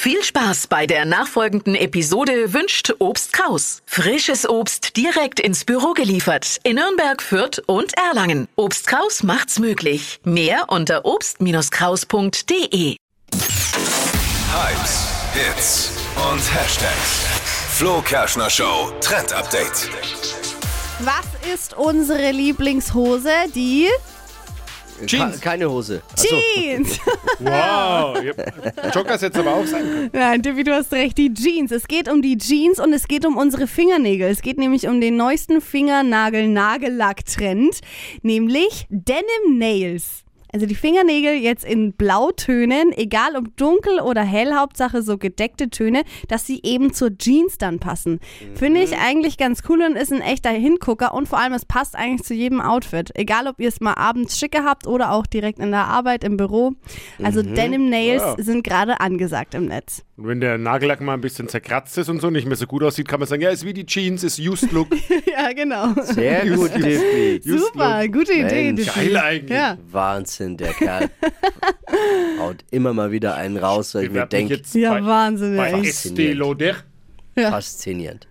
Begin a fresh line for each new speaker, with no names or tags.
Viel Spaß bei der nachfolgenden Episode wünscht Obst Kraus. Frisches Obst direkt ins Büro geliefert in Nürnberg, Fürth und Erlangen. Obst Kraus macht's möglich. Mehr unter obst-kraus.de.
Hypes, Hits und Hashtags. Flo Kerschner Show Trend Update.
Was ist unsere Lieblingshose? Die
Jeans. Keine Hose. Ach so.
Jeans.
Wow. Joggers jetzt aber auch sein können.
Nein, Tippi, du hast recht, die Jeans. Es geht um die Jeans und es geht um unsere Fingernägel. Es geht nämlich um den neuesten Fingernagel-Nagellack-Trend, nämlich Denim Nails. Also die Fingernägel jetzt in Blautönen, egal ob dunkel oder hell, Hauptsache so gedeckte Töne, dass sie eben zur Jeans dann passen. Finde ich eigentlich ganz cool und ist ein echter Hingucker und vor allem, es passt eigentlich zu jedem Outfit. Egal, ob ihr es mal abends schicke habt oder auch direkt in der Arbeit, im Büro. Also Denim Nails sind gerade angesagt im Netz.
Und wenn der Nagellack mal ein bisschen zerkratzt ist und so, nicht mehr so gut aussieht, kann man sagen, ja, ist wie die Jeans, ist Used Look.
Ja, genau.
Sehr gut, Tippi.
Super, gute Idee.
Mensch.
Tippi.
Geil eigentlich.
Ja.
Wahnsinn, der Kerl. Haut immer mal wieder einen raus, weil ich mir
werd mich
denke,
jetzt
Ja, Wahnsinn,
bei
echt.
Estée Lauder
faszinierend.